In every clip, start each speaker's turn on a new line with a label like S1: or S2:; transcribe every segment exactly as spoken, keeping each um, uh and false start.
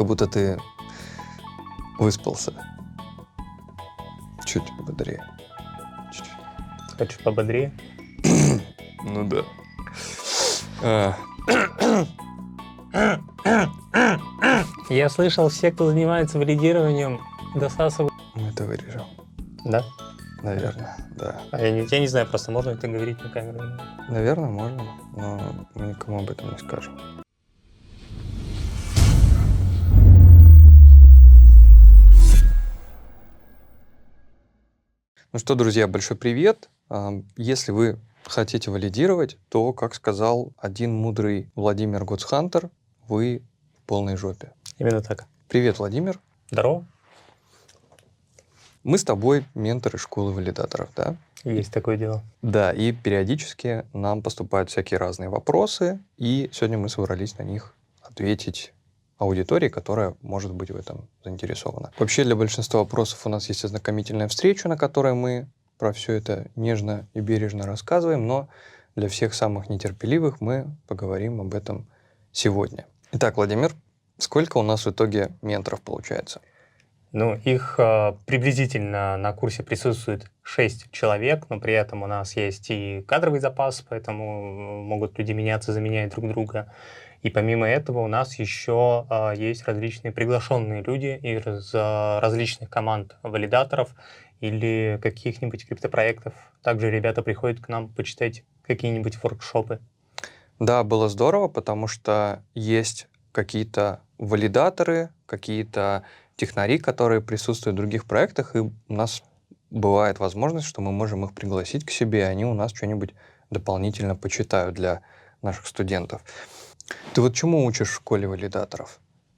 S1: Как будто ты выспался. Чуть пободрее. Чуть-чуть.
S2: Хочешь пободрее?
S1: Ну да. А,
S2: Я слышал, все, кто занимается валидированием, досасывают.
S1: мы это вырежем.
S2: Да?
S1: Наверное, да.
S2: А я, не, я не знаю, просто можно это говорить на камеру?
S1: Наверное, можно, но мы никому об этом не скажем. Ну что, друзья, большой привет. А, Если вы хотите валидировать, то, как сказал один мудрый Владимир Гоцхантер, вы в полной жопе.
S2: Именно так.
S1: Привет, Владимир.
S2: Здорово.
S1: Мы с тобой менторы школы валидаторов, да?
S2: Есть такое дело.
S1: Да, и периодически нам поступают всякие разные вопросы, и сегодня мы собрались на них ответить аудитории, которая может быть в этом заинтересована. Вообще для большинства вопросов у нас есть ознакомительная встреча, на которой мы про все это нежно и бережно рассказываем, но для всех самых нетерпеливых мы поговорим об этом сегодня. Итак, Владимир, сколько у нас в итоге менторов получается?
S2: Ну, их э, приблизительно на курсе присутствует шесть человек, но при этом у нас есть и кадровый запас, поэтому могут люди меняться, заменять друг друга. И помимо этого у нас еще э, есть различные приглашенные люди из э, различных команд валидаторов или каких-нибудь криптопроектов. Также ребята приходят к нам почитать какие-нибудь воркшопы.
S1: Да, было здорово, потому что есть какие-то валидаторы, какие-то технари, которые присутствуют в других проектах, и у нас бывает возможность, что мы можем их пригласить к себе, и они у нас что-нибудь дополнительно почитают для наших студентов. Ты вот чему учишь в школе валидаторов?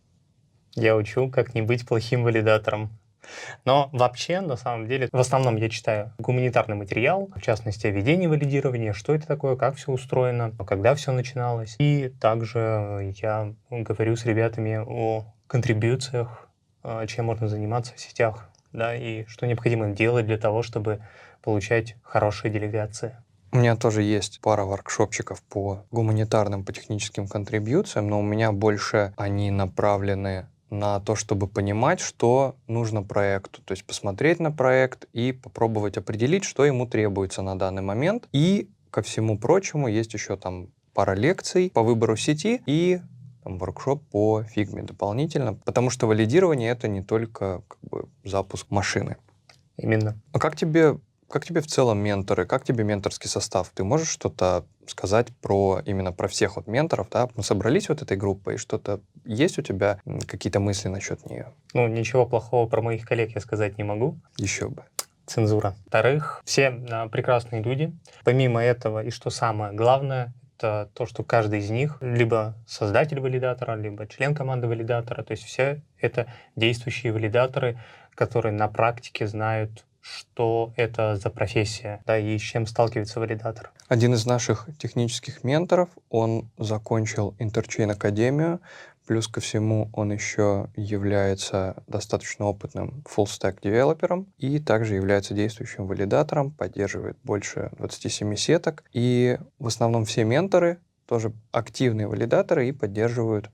S2: Я учу, как не быть плохим валидатором. Но вообще, на самом деле, в основном я читаю гуманитарный материал, в частности, о ведении валидирования, что это такое, как все устроено, когда все начиналось. И также я говорю с ребятами о контрибьюциях, э, чем можно заниматься в сетях, да, и что необходимо делать для того, чтобы получать хорошие делегации.
S1: У меня тоже есть пара воркшопчиков по гуманитарным, по техническим контрибьюциям, но у меня больше они направлены на то, чтобы понимать, что нужно проекту. То есть посмотреть на проект и попробовать определить, что ему требуется на данный момент. И, ко всему прочему, есть еще там пара лекций по выбору сети и там, воркшоп по фигме дополнительно, потому что валидирование — это не только как бы запуск машины.
S2: Именно.
S1: А как тебе Как тебе в целом менторы? Как тебе менторский состав? Ты можешь что-то сказать про именно про всех вот менторов, да? Мы собрались вот этой группой, что-то есть у тебя, м, какие-то мысли насчет нее?
S2: Ну, ничего плохого про моих коллег я сказать не могу.
S1: Еще бы.
S2: Цензура. Во-вторых, все а, прекрасные люди. Помимо этого, и что самое главное, это то, что каждый из них либо создатель валидатора, либо член команды валидатора. То есть все это действующие валидаторы, которые на практике знают, что это за профессия, да, и с чем сталкивается валидатор.
S1: Один из наших технических менторов, он закончил Интерчейн Академию, плюс ко всему он еще является достаточно опытным full-stack девелопером и также является действующим валидатором, поддерживает больше двадцати семи сеток. И в основном все менторы тоже активные валидаторы и поддерживают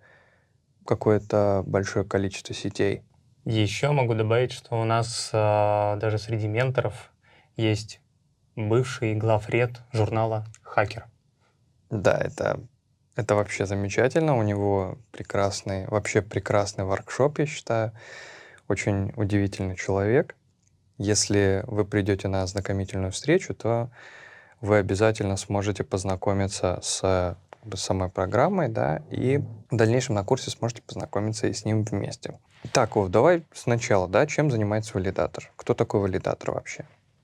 S1: какое-то большое количество сетей.
S2: Еще могу добавить, что у нас а, даже среди менторов есть бывший главред журнала «Хакер».
S1: Да, это, это вообще замечательно. У него прекрасный, вообще прекрасный воркшоп, я считаю. Очень удивительный человек. Если вы придете на ознакомительную встречу, то вы обязательно сможете познакомиться с как бы самой программой, да, и в дальнейшем на курсе сможете познакомиться и с ним вместе. Так, Вов, давай сначала, да, чем занимается валидатор? Кто такой валидатор вообще?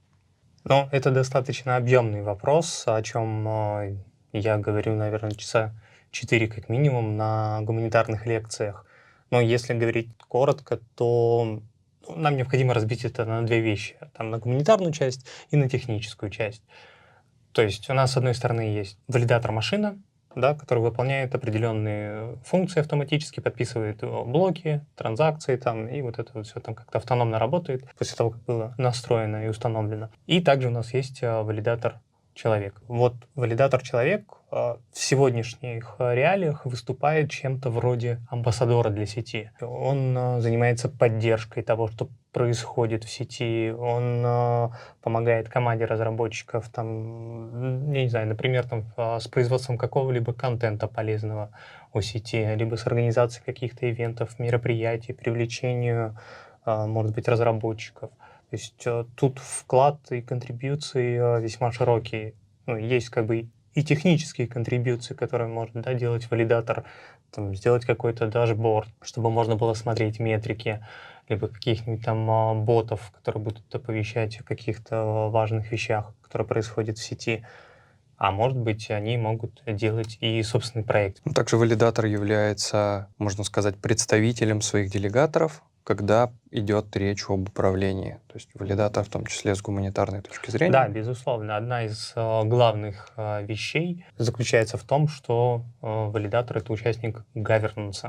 S2: Ну, это достаточно объемный вопрос, о чем э, я говорю, наверное, часа четыре как минимум на гуманитарных лекциях. Но если говорить коротко, то ну, нам необходимо разбить это на две вещи. Там, на гуманитарную часть и на техническую часть. То есть у нас, с одной стороны, есть валидатор машина, да, который выполняет определенные функции автоматически, подписывает блоки, транзакции там, и вот это вот все там как-то автономно работает после того, как было настроено и установлено. И также у нас есть а, валидатор человек. Вот валидатор человек, в сегодняшних реалиях выступает чем-то вроде амбассадора для сети. Он а, занимается поддержкой того, что происходит в сети, он а, помогает команде разработчиков, там, я не знаю, например, там, а, с производством какого-либо контента полезного о сети, либо с организацией каких-то ивентов, мероприятий, привлечению, а, может быть, разработчиков. То есть а, тут вклад и контрибьюции а, весьма широкие. Ну, есть как бы и технические контрибьюции, которые может, да, делать валидатор, там, сделать какой-то дашборд, чтобы можно было смотреть метрики, либо каких-нибудь там а, ботов, которые будут оповещать о каких-то важных вещах, которые происходят в сети. А может быть, они могут делать и собственный проект.
S1: Ну, Также валидатор является, можно сказать, представителем своих делегаторов, когда идет речь об управлении. То есть валидатор в том числе с гуманитарной точки зрения.
S2: Да, безусловно. Одна из э, главных э, вещей заключается в том, что э, валидатор — это участник governance.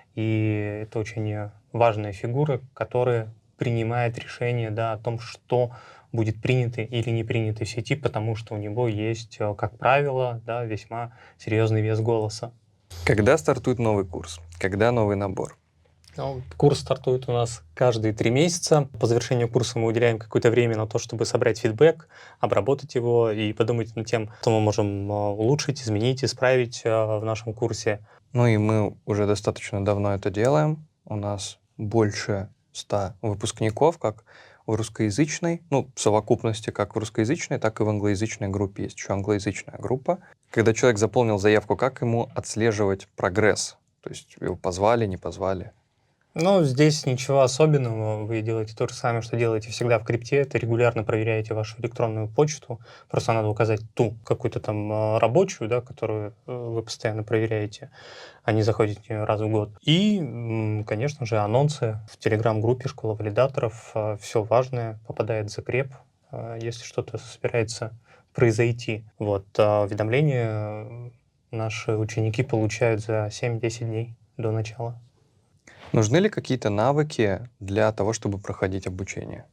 S2: И это очень э, важная фигура, которая принимает решение, да, о том, что будет принято или не принято в сети, потому что у него есть, э, как правило, да, весьма серьезный вес голоса.
S1: Когда стартует новый курс? Когда новый набор?
S2: Ну, Курс стартует у нас каждые три месяца. По завершению курса мы уделяем какое-то время на то, чтобы собрать фидбэк, обработать его и подумать над тем, что мы можем а, улучшить, изменить, исправить а, в нашем курсе.
S1: Ну и мы уже достаточно давно это делаем. У нас больше ста выпускников, как в русскоязычной, ну, в совокупности как в русскоязычной, так и в англоязычной группе. Есть еще англоязычная группа. Когда человек заполнил заявку, как ему отслеживать прогресс? То есть его позвали, не позвали?
S2: Ну, здесь ничего особенного. Вы делаете то же самое, что делаете всегда в крипте. Это регулярно проверяете вашу электронную почту. Просто надо указать ту какую-то там а, рабочую, да, которую э, вы постоянно проверяете, а не заходите раз в год. И, м, конечно же, анонсы в телеграм-группе «Школа валидаторов». Все важное попадает в закреп, а, если что-то собирается произойти. Вот, а уведомления э, наши ученики получают за семь-десять дней до начала.
S1: Нужны ли какие-то навыки для того, чтобы проходить обучение?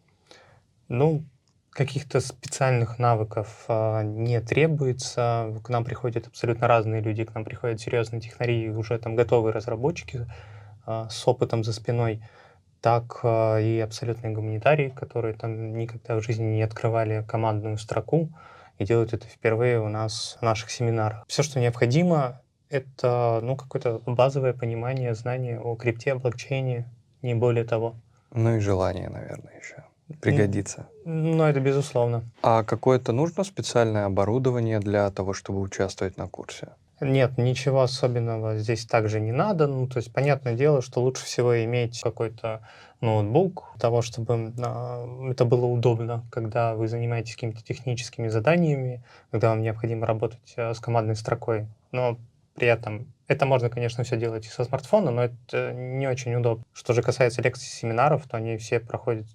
S2: Ну, каких-то специальных навыков а, не требуется. К нам приходят абсолютно разные люди, к нам приходят серьезные технари, уже там готовые разработчики а, с опытом за спиной, так а, и абсолютные гуманитарии, которые там никогда в жизни не открывали командную строку и делают это впервые у нас в наших семинарах. Все, что необходимо, это ну, какое-то базовое понимание, знание о крипте, блокчейне, не более того.
S1: Ну и желание, наверное, еще
S2: М,
S1: пригодится.
S2: Но это безусловно.
S1: А какое-то нужно специальное оборудование для того, чтобы участвовать на курсе?
S2: Нет, ничего особенного здесь также не надо. Ну, то есть, понятное дело, что лучше всего иметь какой-то ноутбук для того, чтобы а, это было удобно, когда вы занимаетесь какими-то техническими заданиями, когда вам необходимо работать а, с командной строкой. Но при этом это можно, конечно, все делать и со смартфона, но это не очень удобно. Что же касается лекций, семинаров, то они все проходят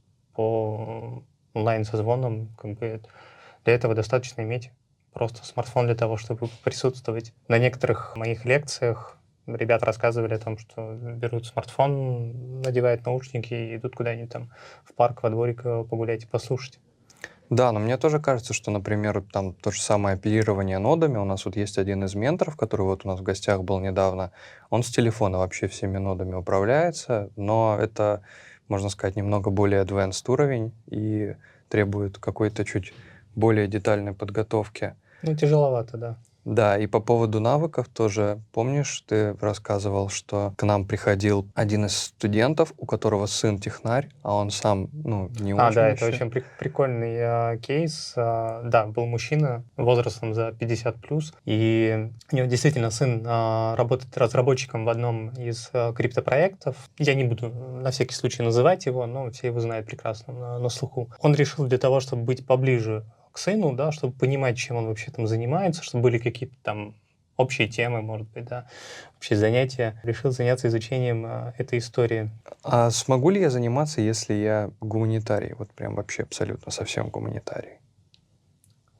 S2: по онлайн-созвонам. Как бы для этого достаточно иметь просто смартфон для того, чтобы присутствовать. На некоторых моих лекциях ребята рассказывали о том, что берут смартфон, надевают наушники и идут куда-нибудь там в парк, во дворик э, погулять и послушать.
S1: Да, но мне тоже кажется, что, например, там то же самое оперирование нодами. У нас вот есть один из менторов, который вот у нас в гостях был недавно. Он с телефона вообще всеми нодами управляется, но это, можно сказать, немного более advanced уровень и требует какой-то чуть более детальной подготовки.
S2: Ну, тяжеловато, да.
S1: Да, и по поводу навыков тоже, помнишь, ты рассказывал, что к нам приходил один из студентов, у которого сын технарь, а он сам, ну, не
S2: А,
S1: очень
S2: да, это
S1: еще.
S2: очень при- прикольный э, кейс. А, да, был мужчина возрастом за пятьдесят плюс, и у него действительно сын а, работает разработчиком в одном из а, криптопроектов. Я не буду на всякий случай называть его, но все его знают прекрасно на, на слуху. Он решил для того, чтобы быть поближе к сыну, да, чтобы понимать, чем он вообще там занимается, чтобы были какие-то там общие темы, может быть, да, общие занятия. Решил заняться изучением а, этой истории.
S1: А смогу ли я заниматься, если я гуманитарий? Вот прям вообще абсолютно совсем гуманитарий.
S2: Да,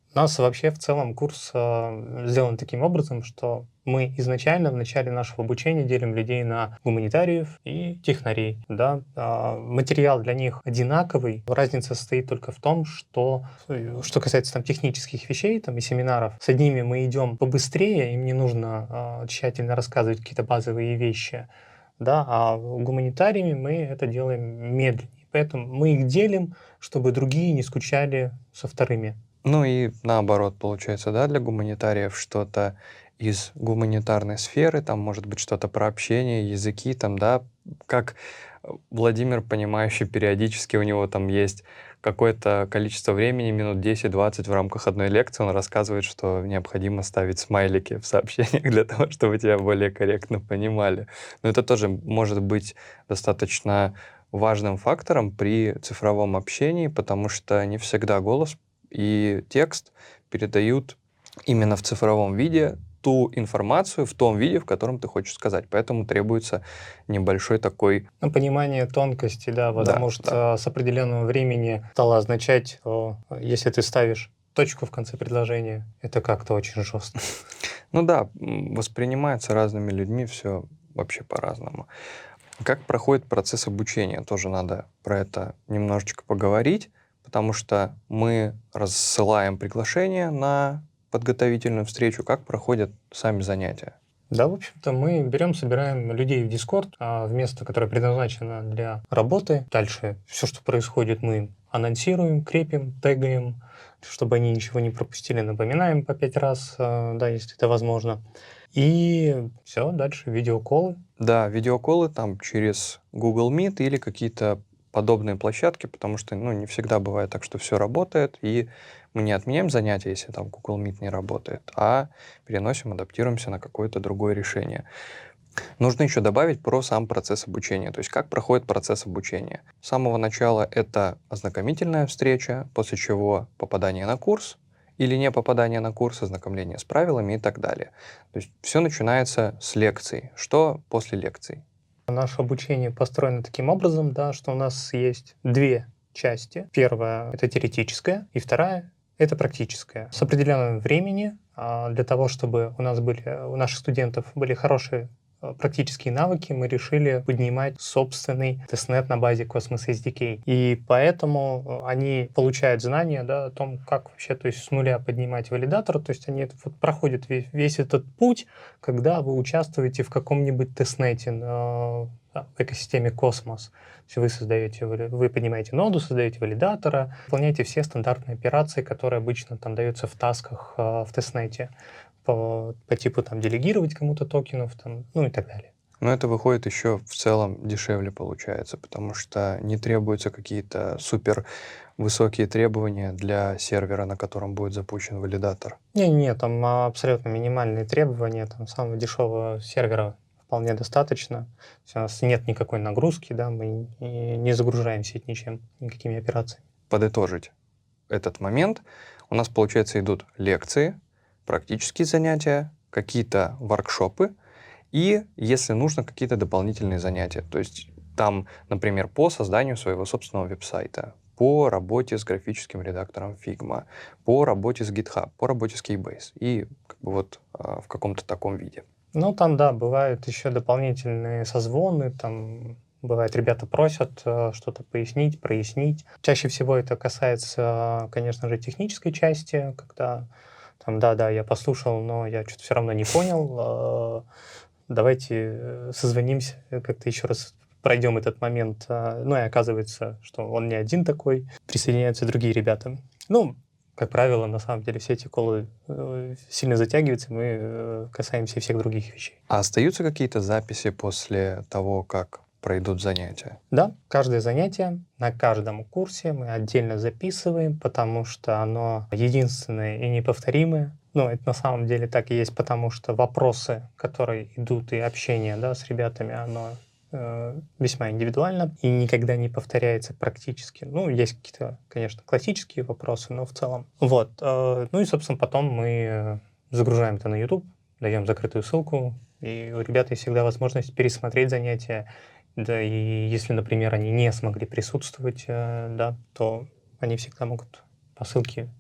S2: У нас вообще в целом курс э, сделан таким образом, что мы изначально в начале нашего обучения делим людей на гуманитариев и технарей. Да? А материал для них одинаковый. Разница состоит только в том, что, э, что касается там, технических вещей там, и семинаров, с одними мы идем побыстрее, им не нужно э, тщательно рассказывать какие-то базовые вещи. Да? А гуманитариями мы это делаем медленнее. Поэтому мы их делим, чтобы другие не скучали со вторыми.
S1: Ну и наоборот, получается, да, для гуманитариев что-то из гуманитарной сферы, там может быть что-то про общение, языки, там, да, как э, Владимир, понимающий, периодически у него там есть какое-то количество времени, минут десять-двадцать в рамках одной лекции, он рассказывает, что необходимо ставить смайлики в сообщениях для того, чтобы тебя более корректно понимали. Но это тоже может быть достаточно важным фактором при цифровом общении, потому что не всегда голос и текст передают именно в цифровом виде ту информацию в том виде, в котором ты хочешь сказать. Поэтому требуется небольшой такой...
S2: Ну, понимание тонкости, да,
S1: Да,
S2: потому
S1: да.
S2: что с определенного времени стало означать, что если ты ставишь точку в конце предложения, это как-то очень жестко.
S1: Ну да, м, воспринимается разными людьми все вообще по-разному. Как проходит процесс обучения? Тоже надо про это немножечко поговорить, потому что мы рассылаем приглашение на подготовительную встречу. Как проходят сами занятия?
S2: Да, в общем-то, мы берем, собираем людей в Discord, а в место, которое предназначено для работы. Дальше все, что происходит, мы анонсируем, крепим, тегаем, чтобы они ничего не пропустили, напоминаем по пять раз, а, да, если это возможно. И все, дальше видеоколы.
S1: Да, видеоколы там через Google Meet или какие-то подобные площадки, потому что, ну, не всегда бывает так, что все работает, и мы не отменяем занятия, если там Google Meet не работает, а переносим, адаптируемся на какое-то другое решение. Нужно еще добавить про сам процесс обучения, то есть как проходит процесс обучения. С самого начала это ознакомительная встреча, после чего попадание на курс или не попадание на курс, ознакомление с правилами и так далее. То есть все начинается с лекций. Что после лекций?
S2: Наше обучение построено таким образом, да, что у нас есть две части. Первая — это теоретическая, и вторая — это практическая. С определенного времени а, для того, чтобы у нас были, у наших студентов были хорошие а, практические навыки, мы решили поднимать собственный тестнет на базе Cosmos эс ди кей. И поэтому они получают знания, да, о том, как вообще, то есть с нуля поднимать валидатор. То есть они это, вот, проходят весь, весь этот путь, когда вы участвуете в каком-нибудь тестнете э, в экосистеме Cosmos. То есть вы создаете, вы поднимаете ноду, создаете валидатора, выполняете все стандартные операции, которые обычно там даются в тасках э, в тестнете. По, по типу там делегировать кому-то токенов, там, ну и так далее.
S1: Но это выходит еще в целом дешевле получается, потому что не требуются какие-то супер высокие требования для сервера, на котором будет запущен валидатор.
S2: Не-не, там абсолютно минимальные требования, там самого дешевого сервера вполне достаточно. То есть у нас нет никакой нагрузки, да, мы не, не загружаем сеть ничем, никакими операциями.
S1: Подытожить этот момент. У нас, получается, идут лекции, практические занятия, какие-то воркшопы и, если нужно, какие-то дополнительные занятия. То есть там, например, по созданию своего собственного веб-сайта, по работе с графическим редактором Figma, по работе с GitHub, по работе с Keybase и как бы вот а, в каком-то таком виде.
S2: Ну, там, да, бывают еще дополнительные созвоны, там бывает, ребята просят э, что-то пояснить, прояснить. Чаще всего это касается, конечно же, технической части, когда там, да-да, я послушал, но я что-то все равно не понял. Э, давайте э, созвонимся, э, как-то еще раз пройдем этот момент. Э, ну и оказывается, что он не один такой, присоединяются другие ребята. Ну, как правило, на самом деле все эти колы э, сильно затягиваются, мы э, касаемся всех других вещей.
S1: А остаются какие-то записи после того, как пройдут занятия?
S2: Да, каждое занятие на каждом курсе мы отдельно записываем, потому что оно единственное и неповторимое. Ну, это на самом деле так и есть, потому что вопросы, которые идут, и общение, да, с ребятами, оно э, весьма индивидуально и никогда не повторяется практически. Ну, есть какие-то, конечно, классические вопросы, но в целом. Вот. Э, ну и, собственно, потом мы загружаем это на YouTube, даем закрытую ссылку, и у ребят есть всегда возможность пересмотреть занятия. Да, и если, например, они не смогли присутствовать, э, да, то они всегда могут по ссылке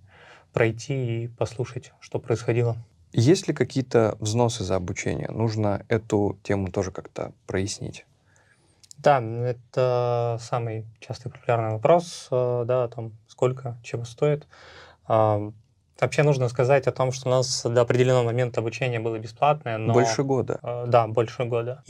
S2: пройти и послушать, что происходило.
S1: Есть ли какие-то взносы за обучение? Нужно эту тему тоже как-то прояснить.
S2: Да, это самый частый популярный вопрос, э, да, о том, сколько чего стоит. А, Вообще нужно сказать о том, что у нас до определенного момента обучение было бесплатное,
S1: Больше
S2: но
S1: года.
S2: э, да, больше года.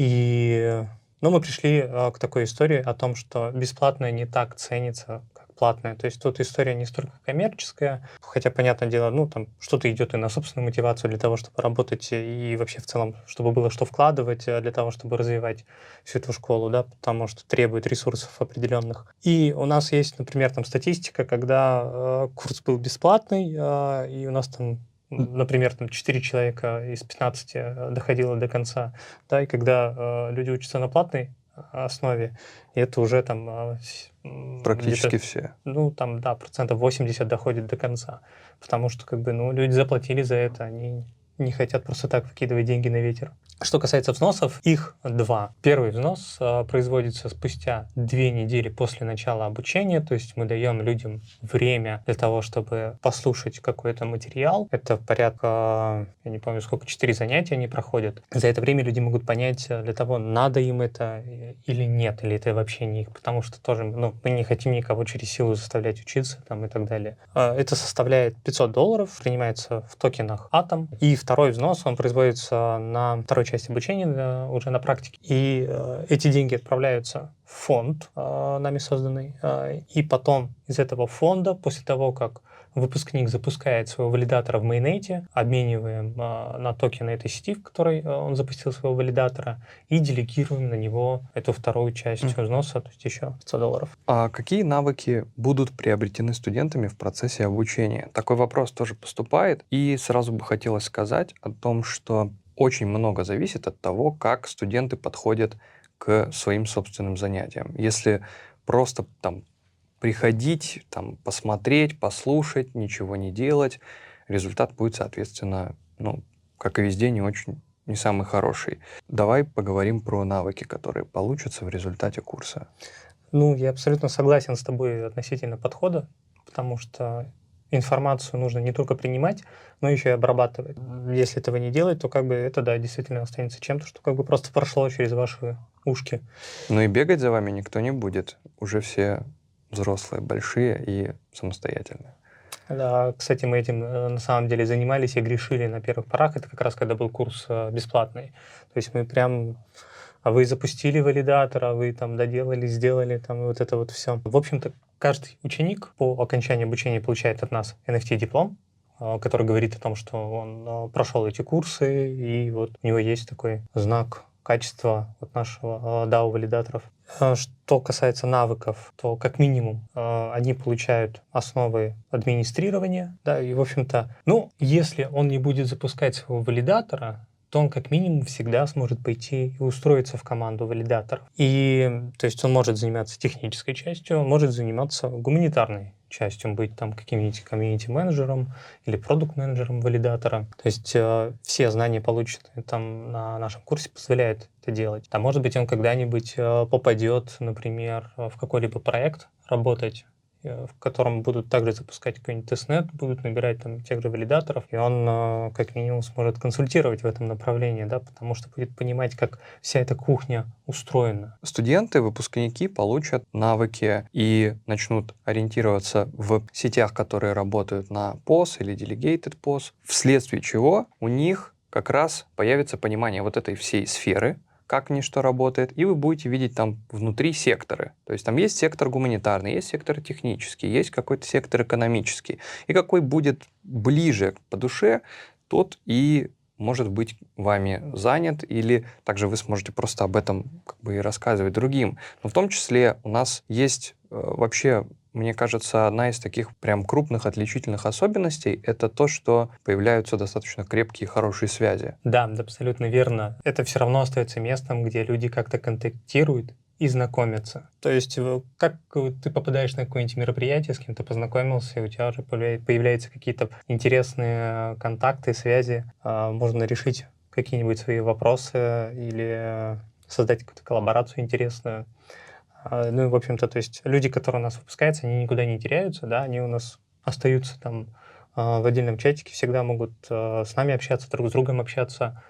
S2: И ну, мы пришли э, к такой истории о том, что бесплатное не так ценится, как платное. То есть тут история не столько коммерческая, хотя, понятное дело, ну, там что-то идет и на собственную мотивацию для того, чтобы работать, и вообще в целом, чтобы было что вкладывать э, для того, чтобы развивать всю эту школу, да, потому что требует ресурсов определенных. И у нас есть, например, там статистика, когда э, курс был бесплатный, э, и у нас там,
S1: М,
S2: м, например, там четыре человека из пятнадцати э, доходило до конца, да, и когда э, люди учатся на платной основе, и это уже там а, с- м, где-то,
S1: Практически все.
S2: ну, там, да, процентов восемьдесят доходит до конца, потому что, как бы, ну, люди заплатили за это, они не хотят просто так выкидывать деньги на ветер. Что касается взносов, их два. Первый взнос а, производится спустя две недели после начала обучения, то есть мы даем людям время для того, чтобы послушать какой-то материал. Это порядка, я не помню, сколько, четыре занятия они проходят. За это время люди могут понять, э, для того, надо им это э, или нет, или это вообще не их, потому что тоже, ну, мы не хотим никого через силу заставлять учиться там и так далее. А, Это составляет пятьсот долларов, принимается в токенах Атом. И второй взнос, он производится на второй части обучения, да, уже на практике. И э, эти деньги отправляются в фонд, э, нами созданный. э, и потом из этого фонда, после того, как выпускник запускает своего валидатора в мейннете, обмениваем э, на токены этой сети, в которой э, он запустил своего валидатора, и делегируем на него эту вторую часть
S1: Мгм.
S2: взноса, то есть еще пятьсот долларов.
S1: А какие навыки будут приобретены студентами в процессе обучения? Такой вопрос тоже поступает. И сразу бы хотелось сказать о том, что очень много зависит от того, как студенты подходят к своим собственным занятиям. Если просто там приходить, там, посмотреть, послушать, ничего не делать, результат будет, соответственно, ну, как и везде, не очень, не самый хороший. Давай поговорим про навыки, которые получатся в результате курса.
S2: Ну, я абсолютно согласен с тобой относительно подхода, потому что информацию нужно не только принимать, но еще и обрабатывать. М, Если этого не делать, то как бы это, да, действительно останется чем-то, что как бы просто прошло через ваши ушки.
S1: Но и бегать за вами никто не будет. Уже все взрослые, большие и самостоятельные.
S2: Да, кстати, мы этим э, на самом деле занимались и грешили на первых порах. Это как раз когда был курс э, бесплатный. То есть мы прям а вы запустили валидатор, а вы там доделали, сделали, там вот это вот все. В общем-то, каждый ученик по окончании обучения получает от нас эн эф ти-диплом, а, который говорит о том, что он а, прошел эти курсы, и вот у него есть такой знак качества от нашего а, дао-валидаторов. А, Что касается навыков, то как минимум а, они получают основы администрирования, да, и в общем-то, ну, если он не будет запускать своего валидатора, то он как минимум всегда сможет пойти и устроиться в команду валидаторов. И то есть он может заниматься технической частью, он может заниматься гуманитарной частью, быть там каким-нибудь комьюнити-менеджером или продукт-менеджером валидатора. То есть э, все знания, полученные там на нашем курсе, позволяют это делать. А может быть, он когда-нибудь э, попадет, например, в какой-либо проект работать, э, в котором будут также запускать какой-нибудь тестнет, будут набирать там тех же валидаторов, и он э, как минимум сможет консультировать в этом направлении, да, потому что будет понимать, как вся эта кухня устроена.
S1: Студенты, выпускники получат навыки и начнут ориентироваться в сетях, которые работают на пос или delegated пос, вследствие чего у них как раз появится понимание вот этой всей сферы, как в ней что работает, и вы будете видеть там внутри секторы. То есть там есть сектор гуманитарный, есть сектор технический, есть какой-то сектор экономический. И какой будет ближе по душе, тот и может быть вами занят, или также вы сможете просто об этом как бы и рассказывать другим. Но в том числе у нас есть э, вообще, мне кажется, одна из таких прям крупных отличительных особенностей — это то, что появляются достаточно крепкие и хорошие связи.
S2: Да, да, абсолютно верно. Это все равно остается местом, где люди как-то контактируют и знакомятся. То есть э, как э, ты попадаешь на какое-нибудь мероприятие, с кем то познакомился, и у тебя уже появля- появляются какие-то интересные контакты, связи, а, можно решить какие-нибудь свои вопросы или э, создать какую-то коллаборацию интересную. А, Ну и, в общем-то, то есть люди, которые у нас выпускаются, они никуда не теряются, да, они у нас остаются там а, в отдельном чатике всегда могут а, с нами общаться, друг с другом общаться,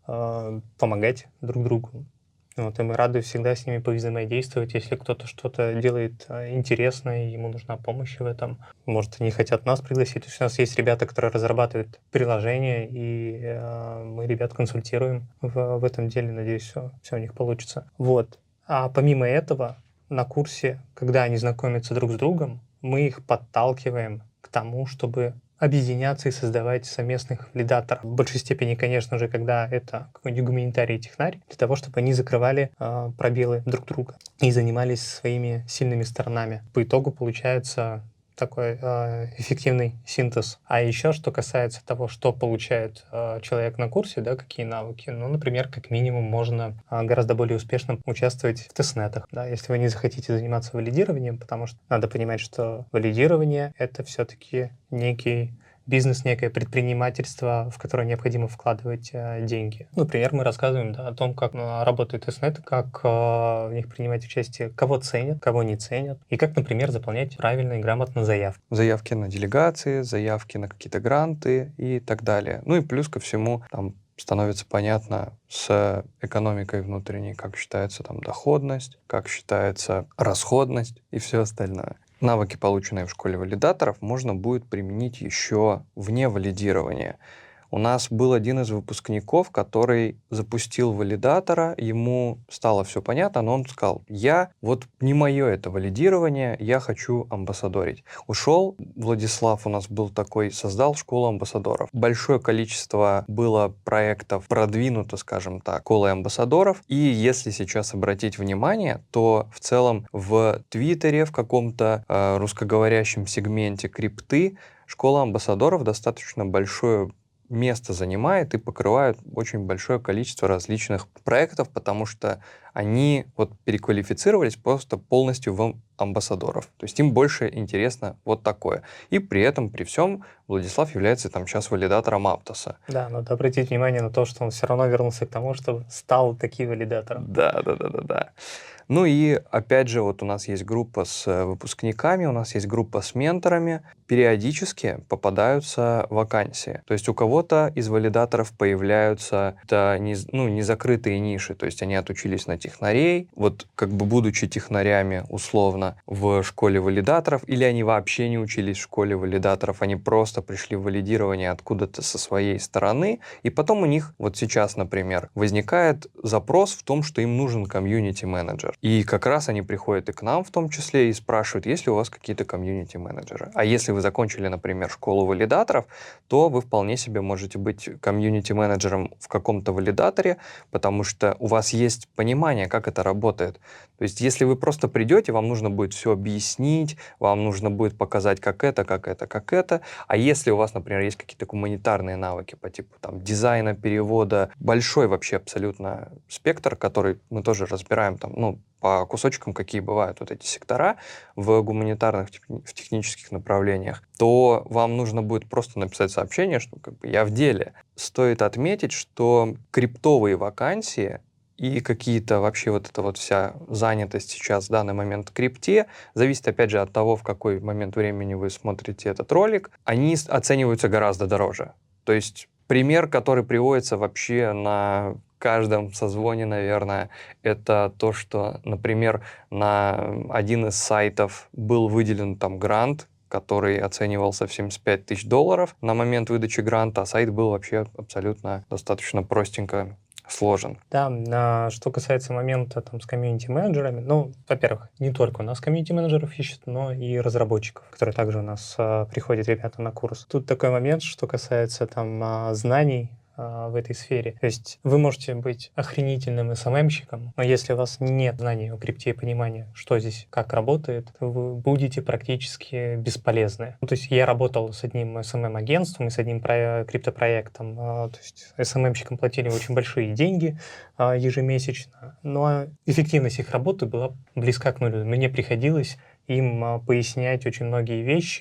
S2: а, помогать друг другу. Вот, и мы рады всегда с ними повзаимодействовать, если кто-то что-то делает а, интересное, и ему нужна помощь в этом. Может, они хотят нас пригласить. То есть у нас есть ребята, которые разрабатывают приложения, и а, мы ребят консультируем в, в этом деле. Надеюсь, все, все у них получится. Вот. А помимо этого, на курсе, когда они знакомятся друг с другом, мы их подталкиваем к тому, чтобы объединяться и создавать совместных валидаторов. В большей степени, конечно же, когда это какой-нибудь гуманитарий и технарь, для того, чтобы они закрывали э, пробелы друг друга и занимались своими сильными сторонами. По итогу получается такой э, эффективный синтез. А еще, что касается того, что получает э, человек на курсе, да, какие навыки, ну, например, как минимум можно э, гораздо более успешно участвовать в тестнетах, да, если вы не захотите заниматься валидированием, потому что надо понимать, что валидирование — это все-таки некий бизнес, некое предпринимательство, в которое необходимо вкладывать э, деньги. Например, мы рассказываем, да, о том, как э, работают тестнеты, как э, в них принимать участие, кого ценят, кого не ценят, и как, например, заполнять правильно и грамотно заявки.
S1: Заявки на делегации, заявки на какие-то гранты и так далее. Ну и плюс ко всему там становится понятно с экономикой внутренней, как считается там доходность, как считается расходность и все остальное. Навыки, полученные в школе валидаторов, можно будет применить еще вне валидирования. У нас был один из выпускников, который запустил валидатора, ему стало все понятно, но он сказал: я, вот не мое это валидирование, я хочу амбассадорить. Ушел Владислав, у нас был такой, создал школу амбассадоров. Большое количество было проектов продвинуто, скажем так, школой амбассадоров, и если сейчас обратить внимание, то в целом в Твиттере, в каком-то э, русскоговорящем сегменте крипты, школа амбассадоров достаточно большое место занимает и покрывает очень большое количество различных проектов, потому что они вот переквалифицировались просто полностью в амбассадоров. То есть им больше интересно вот такое. И при этом, при всем, Владислав является там сейчас валидатором Аптоса.
S2: Да, надо обратить внимание на то, что он все равно вернулся к тому, что стал таким валидатором.
S1: Да, да, да, да, да. Ну и опять же, вот у нас есть группа с выпускниками, у нас есть группа с менторами. Периодически попадаются вакансии. То есть у кого-то из валидаторов появляются да, не, ну, незакрытые ниши, то есть они отучились на технарей, вот как бы будучи технарями условно в школе валидаторов, или они вообще не учились в школе валидаторов, они просто пришли в валидирование откуда-то со своей стороны, и потом у них вот сейчас, например, возникает запрос в том, что им нужен комьюнити-менеджер. И как раз они приходят и к нам в том числе и спрашивают, есть ли у вас какие-то комьюнити-менеджеры. А если вы закончили, например, школу валидаторов, то вы вполне себе можете быть комьюнити-менеджером в каком-то валидаторе, потому что у вас есть понимание, как это работает. То есть если вы просто придете, вам нужно будет все объяснить, вам нужно будет показать, как это, как это, как это. А если у вас, например, есть какие-то гуманитарные навыки по типу там, дизайна, перевода, большой вообще абсолютно спектр, который мы тоже разбираем там, ну, по кусочкам, какие бывают вот эти сектора в гуманитарных, в технических направлениях, то вам нужно будет просто написать сообщение, что как бы я в деле. Стоит отметить, что криптовые вакансии и какие-то вообще вот эта вот вся занятость сейчас в данный момент в крипте, зависит опять же от того, в какой момент времени вы смотрите этот ролик, они оцениваются гораздо дороже. То есть пример, который приводится вообще на каждом созвоне, наверное, это то, что, например, на один из сайтов был выделен там грант, который оценивался в семьдесят пять тысяч долларов на момент выдачи гранта, а сайт был вообще абсолютно достаточно простенько сложен.
S2: Да, а что касается момента там, с комьюнити-менеджерами, ну, во-первых, не только у нас комьюнити-менеджеров ищут, но и разработчиков, которые также у нас а, приходят ребята на курс. Тут такой момент, что касается там а, знаний а, в этой сфере. То есть вы можете быть охренительным эс эм эм-щиком, но если у вас нет знаний о крипте и понимания, что здесь, как работает, то вы будете практически бесполезны. Ну, то есть я работал с одним эс эм эм-агентством и с одним про- криптопроектом. А, то есть эс эм эм-щикам платили очень большие деньги а, ежемесячно, но эффективность их работы была близка к нулю. Мне приходилось им а, пояснять очень многие вещи,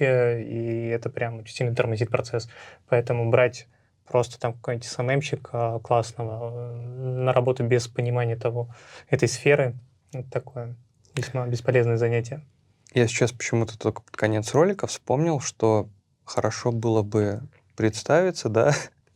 S2: и это прям очень сильно тормозит процесс. Поэтому брать просто там какой-нибудь эс эм эм-щик а, классного э, на работу без понимания того, этой сферы, это такое весьма бесполезное занятие.
S1: Я сейчас почему-то только под конец ролика вспомнил, что хорошо было бы представиться, да.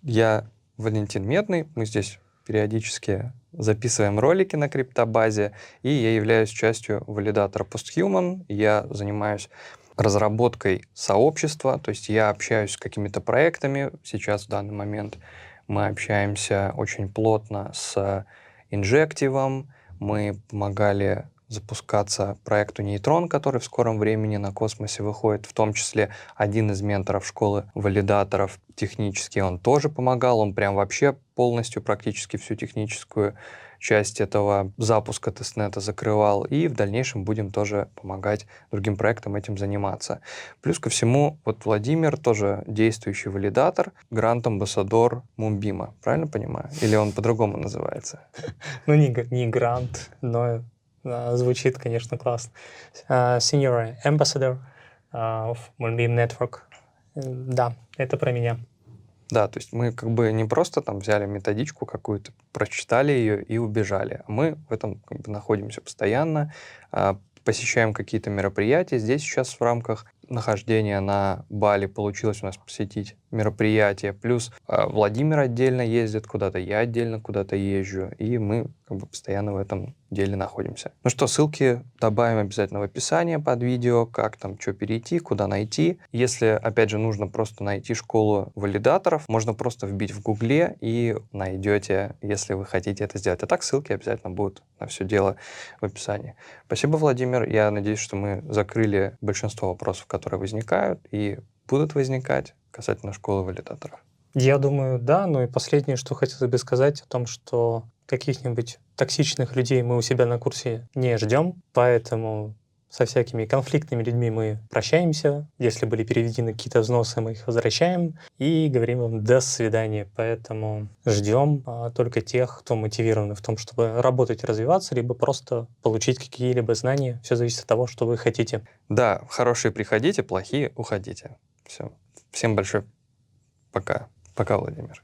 S1: Я Валентин Медный, мы здесь периодически записываем ролики на криптобазе, и я являюсь частью валидатора Posthuman. Я занимаюсь разработкой сообщества, то есть я общаюсь с какими-то проектами. Сейчас, в данный момент, мы общаемся очень плотно с Injective, мы помогали запускаться проекту Нейтрон, который в скором времени на космосе выходит, в том числе один из менторов школы валидаторов технически, он тоже помогал, он прям вообще полностью практически всю техническую часть этого запуска тестнета закрывал, и в дальнейшем будем тоже помогать другим проектам этим заниматься. Плюс ко всему, вот Владимир тоже действующий валидатор, грант-амбассадор Мумбима, правильно понимаю? Или он по-другому называется?
S2: Ну, не, г- не грант, но а, звучит, конечно, классно. А, Senior Ambassador а, of Moonbeam Network. Э, Да, это про меня.
S1: Да, то есть мы как бы не просто там взяли методичку какую-то, прочитали ее и убежали. А мы в этом как бы находимся постоянно, а, посещаем какие-то мероприятия. Здесь сейчас в рамках нахождения на Бали получилось у нас посетить мероприятие. Плюс а, Владимир отдельно ездит куда-то, я отдельно куда-то езжу, и мы как бы постоянно в этом деле находимся. Ну что, ссылки добавим обязательно в описание под видео, как там что перейти, куда найти. Если, опять же, нужно просто найти школу валидаторов, можно просто вбить в Гугле и найдете, если вы хотите это сделать. А так ссылки обязательно будут на все дело в описании. Спасибо, Владимир. Я надеюсь, что мы закрыли большинство вопросов, которые возникают и будут возникать касательно школы валидаторов.
S2: Я думаю, да. Ну и последнее, что хотелось бы сказать о том, что каких-нибудь токсичных людей мы у себя на курсе не ждем, поэтому со всякими конфликтными людьми мы прощаемся. Если были переведены какие-то взносы, мы их возвращаем и говорим им «до свидания». Поэтому ждем а, только тех, кто мотивирован в том, чтобы работать и развиваться, либо просто получить какие-либо знания. Все зависит от того, что вы хотите.
S1: Да, хорошие приходите, плохие уходите. Все. Всем большое пока. Пока, Владимир.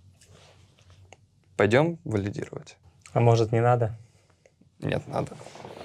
S1: Пойдем валидировать?
S2: А может, не надо?
S1: Нет, надо.